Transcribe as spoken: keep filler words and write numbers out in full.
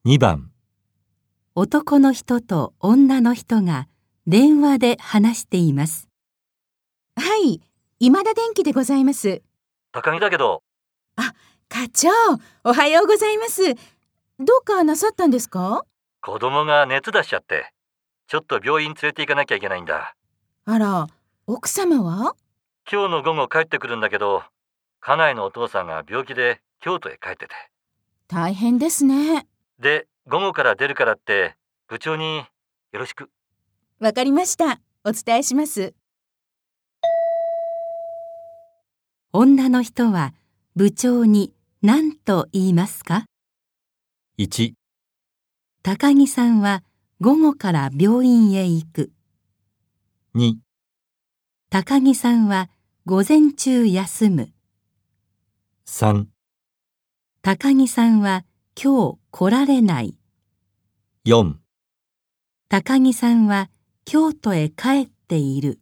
にばん、 男の人と女の人が電話で話しています。 はい、今田電機でございます。 高木だけど。 あ、課長、おはようございます。どうかなさったんですか？ 子供が熱出しちゃって、ちょっと病院連れて行かなきゃいけないんだ。 あら、奥様は？ 今日の午後帰ってくるんだけど、家内のお父さんが病気で京都へ帰ってて。 大変ですね。 で、午後から出るからって部長によろしく。 わかりました。お伝えします。 女の人は部長に何と言いますか？ いち、 高木さんは午後から病院へ行く。 に、 高木さんは午前中休む。 さん、 高木さんは今日来られない。 よん、 高木さんは京都へ帰っている。